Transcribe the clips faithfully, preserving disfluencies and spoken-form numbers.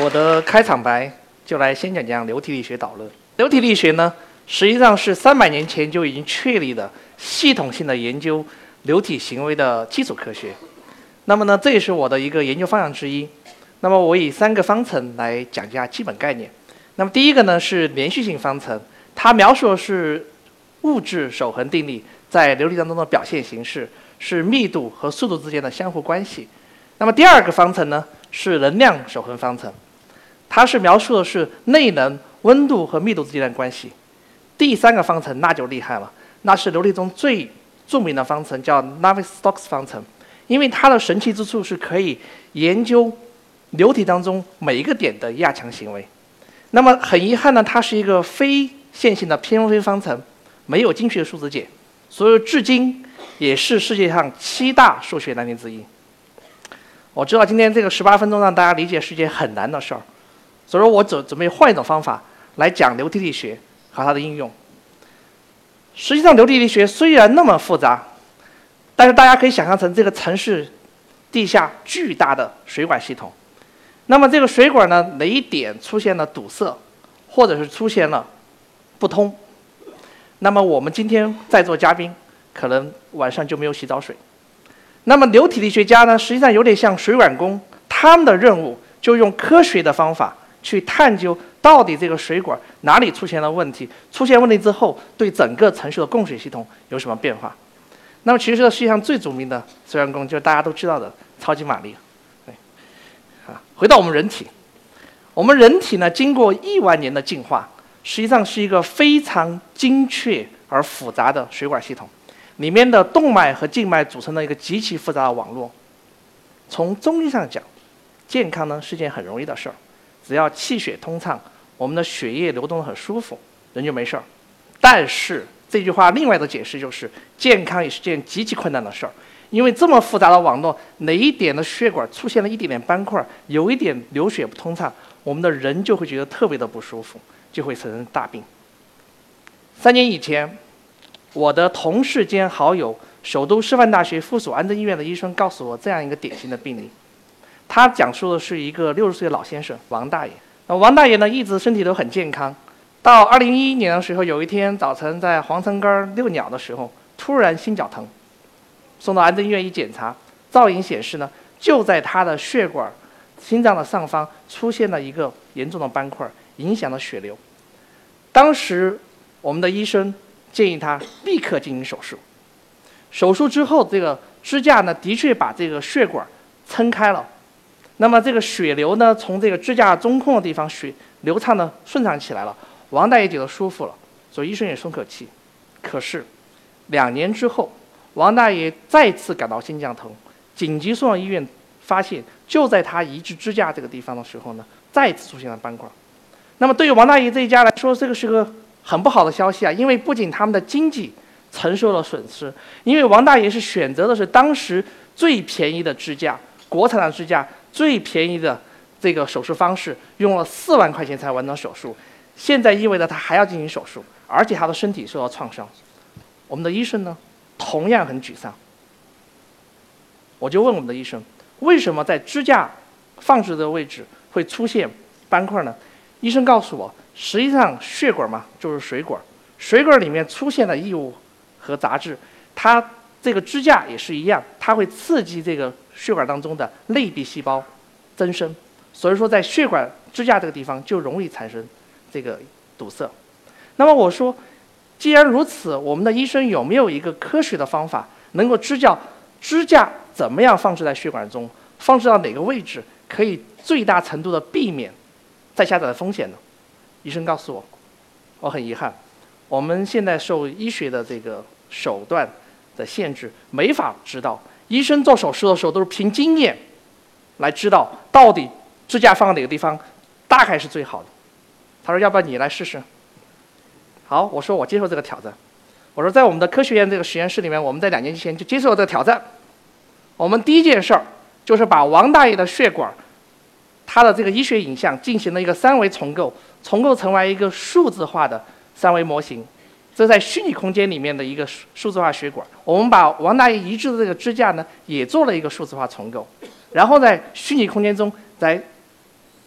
我的开场白就来先讲讲流体力学导论。流体力学呢，实际上是三百年前就已经确立的系统性的研究流体行为的基础科学。那么呢，这也是我的一个研究方向之一。那么我以三个方程来讲一下基本概念。那么第一个呢是连续性方程，它描述的是物质守恒定律在流体当中的表现形式，是密度和速度之间的相互关系。那么第二个方程呢是能量守恒方程，它是描述的是内能、温度和密度之间的关系。第三个方程那就厉害了，那是流体中最著名的方程，叫 Navier-Stokes 方程。因为它的神奇之处是可以研究流体当中每一个点的压强行为。那么很遗憾呢，它是一个非线性的偏微方程，没有精确的数字解，所以至今也是世界上七大数学难题之一。我知道今天这个十八分钟让大家理解是件很难的事儿，所以说我准准备换一种方法来讲流体力学和它的应用。实际上流体力学虽然那么复杂，但是大家可以想象成这个城市地下巨大的水管系统。那么这个水管呢，哪一点出现了堵塞，或者是出现了不通，那么我们今天在座嘉宾可能晚上就没有洗澡水。那么流体力学家呢，实际上有点像水管工，他们的任务就用科学的方法去探究到底这个水管哪里出现了问题，出现问题之后对整个城市的供水系统有什么变化。那么其实世界上最著名的水管工就是大家都知道的超级玛丽。对，啊，回到我们人体，我们人体呢经过亿万年的进化，实际上是一个非常精确而复杂的水管系统。里面的动脉和静脉组成了一个极其复杂的网络。从中医上讲，健康呢是件很容易的事儿，只要气血通畅，我们的血液流动得很舒服，人就没事儿。但是这句话另外的解释就是，健康也是件极其困难的事儿，因为这么复杂的网络，哪一点的血管出现了一点点斑块，有一点流血不通畅，我们的人就会觉得特别的不舒服，就会产生大病。三年以前，我的同事兼好友，首都师范大学附属安贞医院的医生告诉我这样一个典型的病例。他讲述的是一个六十岁的老先生王大爷。那王大爷呢，一直身体都很健康。到二零一一年的时候，有一天早晨在皇城根儿遛鸟的时候，突然心绞疼，送到安贞医院一检查，造影显示呢，就在他的血管、心脏的上方出现了一个严重的斑块，影响了血流。当时我们的医生建议他立刻进行手术。手术之后，这个支架呢，的确把这个血管撑开了。那么这个血流呢，从这个支架中空的地方血流畅的顺畅起来了。王大爷觉得舒服了，所以医生也松口气。可是两年之后，王大爷再次感到心绞疼，紧急送到医院，发现就在他移植支架这个地方的时候呢，再次出现了斑块。那么对于王大爷这一家来说，这个是个很不好的消息啊，因为不仅他们的经济承受了损失，因为王大爷是选择的是当时最便宜的支架，国产的支架，最便宜的这个手术方式，用了四万块钱才完成手术。现在意味着他还要进行手术，而且他的身体受到创伤。我们的医生呢，同样很沮丧。我就问我们的医生，为什么在支架放置的位置会出现斑块呢？医生告诉我，实际上血管嘛，就是水管，水管里面出现了异物和杂质，它这个支架也是一样，它会刺激这个血管当中的内壁细胞增生，所以说在血管支架这个地方就容易产生这个堵塞。那么我说，既然如此，我们的医生有没有一个科学的方法，能够知教支架怎么样放置在血管中，放置到哪个位置，可以最大程度的避免再下载的风险呢？医生告诉我，我很遗憾，我们现在受医学的这个手段的限制，没法知道。医生做手术的时候都是凭经验来知道到底支架放在哪个地方大概是最好的。他说要不要你来试试？好，我说我接受这个挑战。我说在我们的科学院这个实验室里面，我们在两年前就接受了这个挑战。我们第一件事儿就是把王大爷的血管，他的这个医学影像进行了一个三维重构，重构成为一个数字化的三维模型。这在虚拟空间里面的一个数字化血管。我们把王大爷移植的这个支架呢，也做了一个数字化重构，然后在虚拟空间中在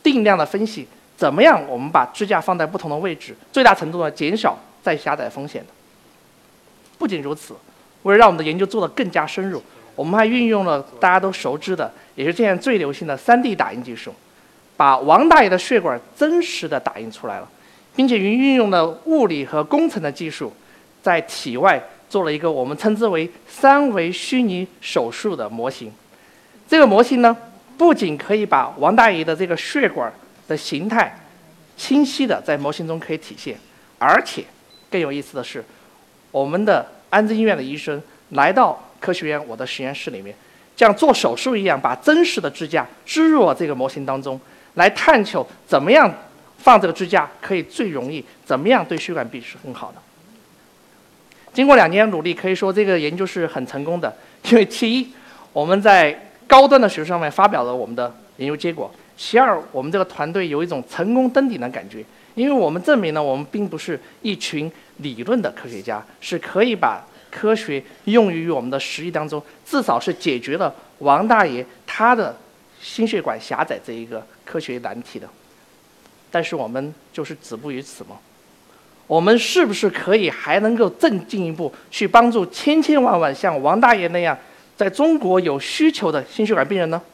定量的分析，怎么样我们把支架放在不同的位置，最大程度的减少再狭窄风险的。不仅如此，为了让我们的研究做得更加深入，我们还运用了大家都熟知的，也是现在最流行的 三 D 打印技术，把王大爷的血管真实的打印出来了，并且运用了物理和工程的技术，在体外做了一个我们称之为三维虚拟手术的模型。这个模型呢，不仅可以把王大爷的这个血管的形态清晰的在模型中可以体现，而且更有意思的是，我们的安贞医院的医生来到科学院我的实验室里面，像做手术一样把真实的支架植入了这个模型当中，来探求怎么样放这个支架可以最容易，怎么样对血管壁是更好的。经过两年努力，可以说这个研究是很成功的，因为其一，我们在高端的学术上面发表了我们的研究结果；其二，我们这个团队有一种成功登顶的感觉，因为我们证明了我们并不是一群理论的科学家，是可以把科学用于我们的实际当中，至少是解决了王大爷他的心血管狭窄这一个科学难题的。但是我们就是止步于此吗？我们是不是可以还能够更进一步去帮助千千万万像王大爷那样在中国有需求的心血管病人呢？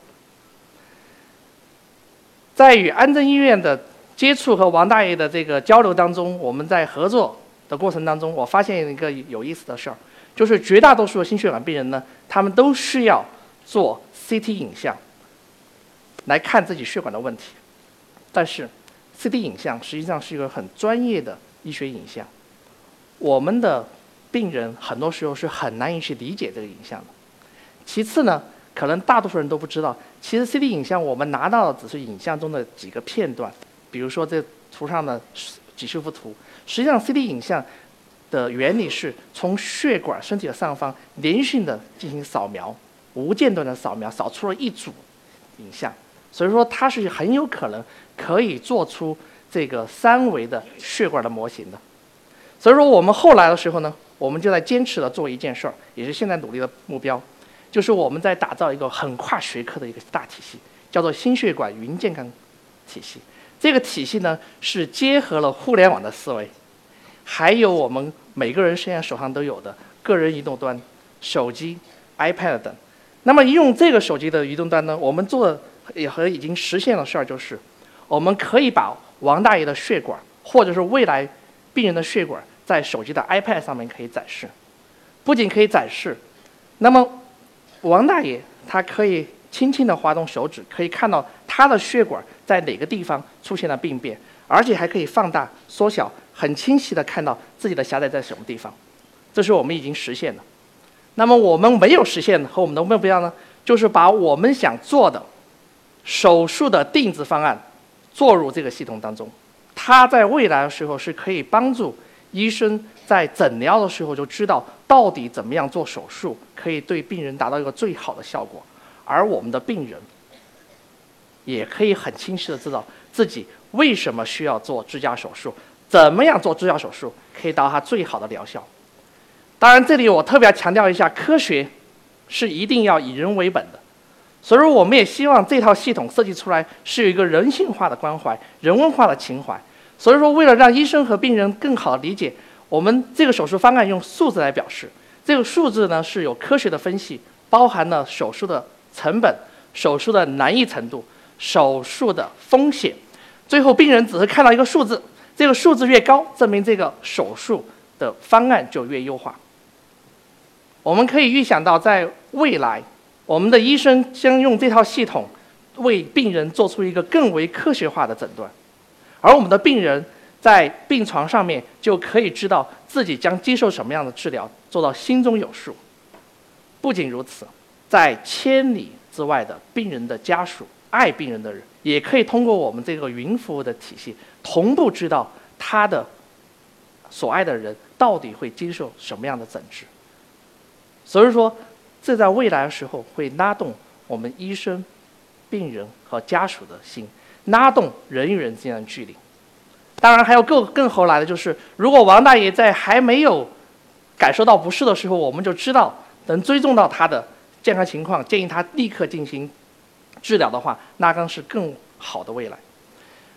在与安贞医院的接触和王大爷的这个交流当中，我们在合作的过程当中，我发现一个有意思的事儿，就是绝大多数的心血管病人呢，他们都需要做 C T 影像来看自己血管的问题，但是 C T 影像实际上是一个很专业的医学影像，我们的病人很多时候是很难以去理解这个影像的。其次呢，可能大多数人都不知道，其实 C T 影像我们拿到的只是影像中的几个片段，比如说这图上的几十幅图，实际上 C T 影像的原理是从血管身体的上方连续的进行扫描，无间断的扫描，扫出了一组影像，所以说它是很有可能可以做出这个三维的血管的模型的。所以说我们后来的时候呢，我们就在坚持的做一件事儿，也是现在努力的目标，就是我们在打造一个很跨学科的一个大体系，叫做心血管云健康体系。这个体系呢，是结合了互联网的思维，还有我们每个人现在手上都有的个人移动端、手机、iPad 等。那么用这个手机的移动端呢，我们做的也和已经实现的事儿就是，我们可以把王大爷的血管，或者是未来病人的血管，在手机的 iPad 上面可以展示。不仅可以展示，那么王大爷他可以轻轻地滑动手指，可以看到他的血管在哪个地方出现了病变，而且还可以放大、缩小，很清晰地看到自己的狭窄在什么地方。这是我们已经实现的。那么我们没有实现和我们的目标呢，就是把我们想做的手术的定制方案做入这个系统当中。它在未来的时候是可以帮助医生在诊疗的时候就知道到底怎么样做手术，可以对病人达到一个最好的效果。而我们的病人也可以很清晰的知道自己为什么需要做支架手术，怎么样做支架手术可以达到它最好的疗效。当然这里我特别强调一下，科学是一定要以人为本的，所以说我们也希望这套系统设计出来是有一个人性化的关怀、人文化的情怀。所以说为了让医生和病人更好的理解，我们这个手术方案用数字来表示，这个数字呢是有科学的分析，包含了手术的成本、手术的难易程度、手术的风险，最后病人只是看到一个数字，这个数字越高，证明这个手术的方案就越优化。我们可以预想到，在未来，我们的医生将用这套系统为病人做出一个更为科学化的诊断，而我们的病人在病床上面就可以知道自己将接受什么样的治疗，做到心中有数。不仅如此，在千里之外的病人的家属、爱病人的人，也可以通过我们这个云服务的体系，同步知道他的所爱的人到底会接受什么样的诊治。所以说，这在未来的时候会拉动我们医生、病人和家属的心，拉动人与人之间的距离。当然还有更更后来的就是，如果王大爷在还没有感受到不适的时候，我们就知道能追踪到他的健康情况，建议他立刻进行治疗的话，那将是更好的未来。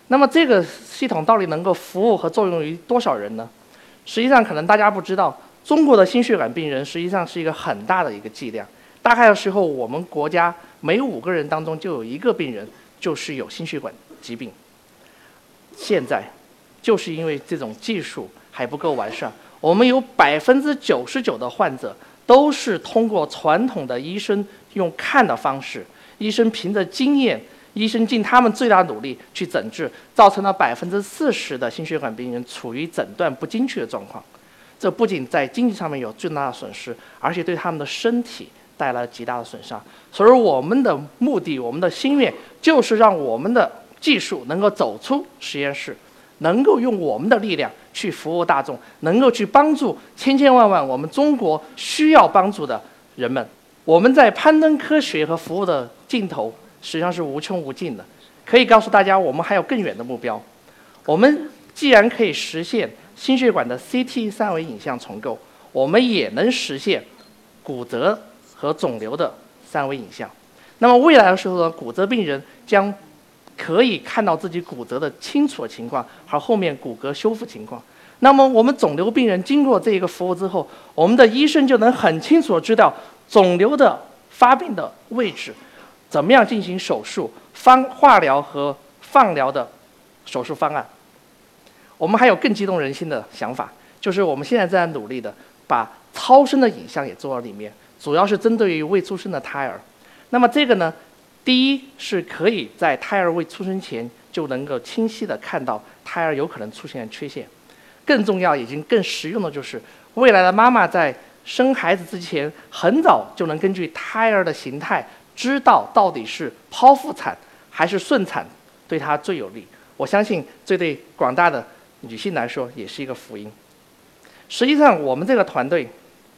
那么这个系统到底能够服务和作用于多少人呢？实际上可能大家不知道，中国的心血管病人实际上是一个很大的一个剂量。大概的时候，我们国家每五个人当中就有一个病人就是有心血管疾病。现在就是因为这种技术还不够完善，我们有百分之九十九的患者都是通过传统的医生用看的方式，医生凭着经验，医生尽他们最大努力去诊治，造成了百分之四十的心血管病人处于诊断不精确的状况。这不仅在经济上面有巨大的损失，而且对他们的身体带来了极大的损伤。所以我们的目的，我们的心愿就是让我们的技术能够走出实验室，能够用我们的力量去服务大众，能够去帮助千千万万我们中国需要帮助的人们。我们在攀登科学和服务的尽头实际上是无穷无尽的，可以告诉大家我们还有更远的目标。我们既然可以实现心血管的 C T 三维影像重构，我们也能实现骨折和肿瘤的三维影像。那么未来的时候呢，骨折病人将可以看到自己骨折的清楚的情况和后面骨骼修复情况。那么我们肿瘤病人经过这个服务之后，我们的医生就能很清楚地知道肿瘤的发病的位置，怎么样进行手术、方化疗和放疗的手术方案。我们还有更激动人心的想法，就是我们现在正在努力的把超声的影像也做到里面，主要是针对于未出生的胎儿。那么这个呢，第一是可以在胎儿未出生前就能够清晰地看到胎儿有可能出现缺陷。更重要已经更实用的就是未来的妈妈在生孩子之前很早就能根据胎儿的形态知道到底是剖腹产还是顺产对她最有利。我相信这对广大的女性来说也是一个福音。实际上我们这个团队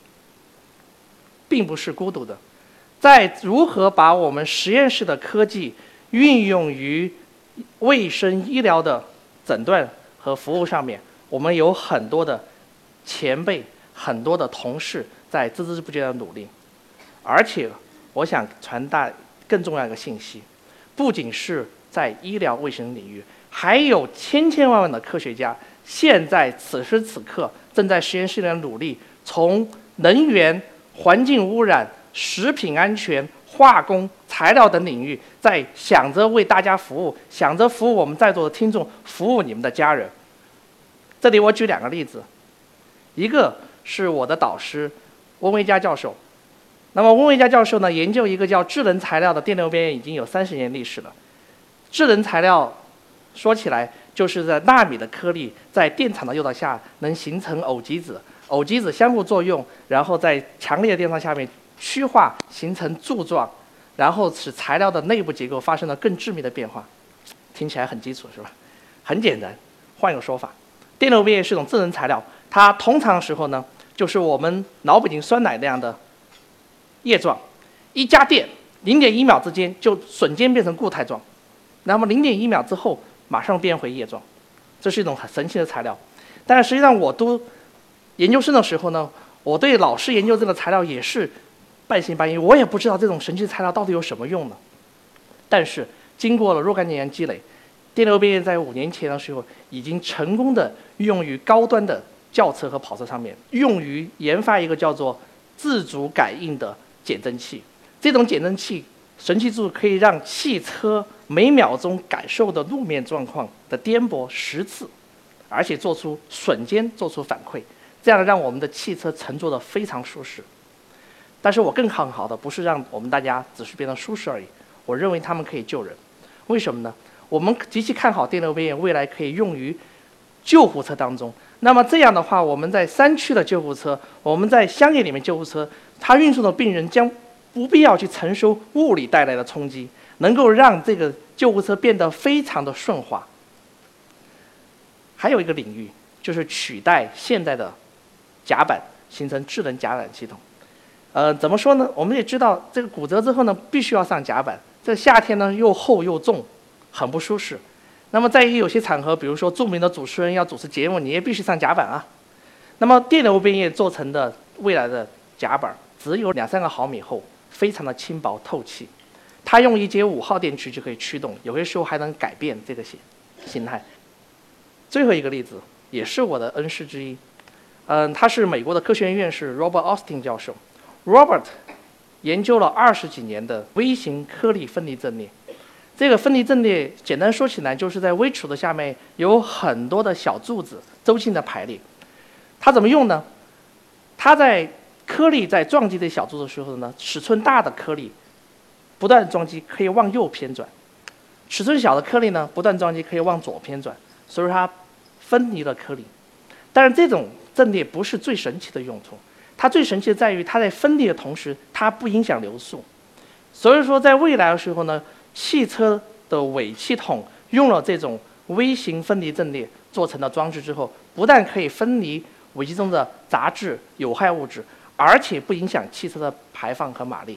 并不是孤独的，在如何把我们实验室的科技运用于卫生医疗的诊断和服务上面，我们有很多的前辈、很多的同事在孜孜不倦的努力。而且我想传达更重要一个信息，不仅是在医疗卫生领域，还有千千万万的科学家现在此时此刻正在实验室里努力，从能源、环境污染、食品安全、化工、材料等领域，在想着为大家服务，想着服务我们在座的听众，服务你们的家人。这里我举两个例子，一个是我的导师温维佳教授。那么温维佳教授呢，研究一个叫智能材料的电流边缘已经有三十年历史了。智能材料说起来就是在纳米的颗粒在电场的诱导下能形成偶极子，偶极子相互作用，然后在强烈的电场下面趋化形成柱状，然后使材料的内部结构发生了更致密的变化。听起来很基础是吧？很简单。换一个说法，电流边缘是一种智能材料，它通常时候呢就是我们脑吡啶酸奶那样的液状，一加电零点一秒之间就瞬间变成固态状，那么零点一秒之后马上变回液状，这是一种很神奇的材料。但是实际上我读研究生的时候呢，我对老师研究这个材料也是半信半疑，我也不知道这种神奇材料到底有什么用呢。但是经过了若干年积累，电流边缘在五年前的时候已经成功的用于高端的轿车和跑车上面，用于研发一个叫做自主感应的减震器。这种减震器神奇之处可以让汽车每秒钟感受的路面状况的颠簸十次，而且做出瞬间做出反馈，这样让我们的汽车乘坐的非常舒适。但是我更看好的不是让我们大家只是变得舒适而已，我认为它们可以救人。为什么呢？我们极其看好电流边缘未来可以用于救护车当中。那么这样的话，我们在山区的救护车，我们在乡野里面救护车，它运送的病人将不必要去承受物理带来的冲击，能够让这个救护车变得非常的顺滑。还有一个领域就是取代现在的甲板，形成智能甲板系统。呃，怎么说呢？我们也知道，这个骨折之后呢，必须要上甲板。这个夏天呢，又厚又重，很不舒适。那么在于有些场合，比如说著名的主持人要主持节目，你也必须上甲板啊。那么电流边缘做成的未来的甲板，只有两三个毫米厚，非常的轻薄透气。它用一节五号电池就可以驱动，有些时候还能改变这个线。 形态。最后一个例子也是我的恩师之一，嗯，他是美国的科学院院士 Robert Austin 教授。Robert 研究了二十几年的微型颗粒分离阵列。这个分离阵列简单说起来，就是在微储的下面有很多的小柱子周期的排列。它怎么用呢？它在颗粒在撞击这小柱的时候呢，尺寸大的颗粒不断撞击可以往右偏转，尺寸小的颗粒呢不断撞击可以往左偏转，所以它分离了颗粒。但是这种阵列不是最神奇的用途，它最神奇的在于它在分离的同时，它不影响流速。所以说，在未来的时候呢，汽车的尾气筒用了这种微型分离阵列做成的装置之后，不但可以分离尾气中的杂质、有害物质，而且不影响汽车的排放和马力。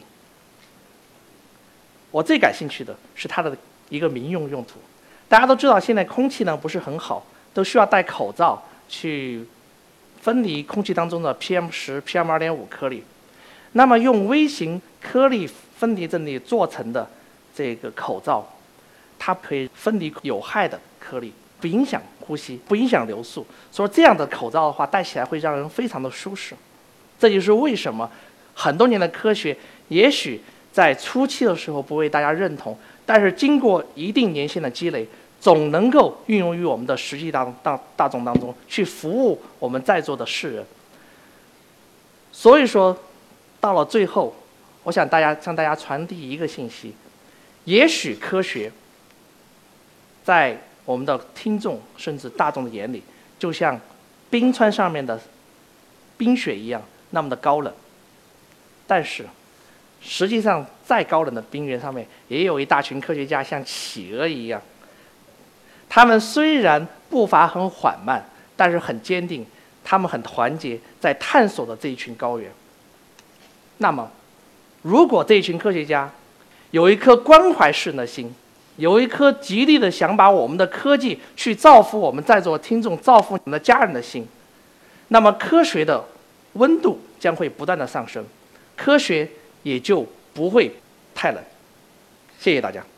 我最感兴趣的是它的一个民用用途。大家都知道，现在空气呢不是很好，都需要戴口罩去分离空气当中的 P M 十、P M 二点五 颗粒。那么用微型颗粒分离阵列做成的这个口罩，它可以分离有害的颗粒，不影响呼吸，不影响流速。所以这样的口罩的话，戴起来会让人非常的舒适。这就是为什么很多年的科学，也许在初期的时候不为大家认同，但是经过一定年限的积累，总能够运用于我们的实际大大大众当中，去服务我们在座的世人。所以说，到了最后，我想大家向大家传递一个信息：也许科学在我们的听众甚至大众的眼里，就像冰川上面的冰雪一样那么的高冷，但是实际上再高冷的冰原上面，也有一大群科学家像企鹅一样，他们虽然步伐很缓慢，但是很坚定，他们很团结，在探索的这一群高原。那么如果这一群科学家有一颗关怀世人的心，有一颗极力的想把我们的科技去造福我们在座的听众，造福你们的家人的心，那么科学的温度将会不断的上升，科学也就不会太冷。谢谢大家。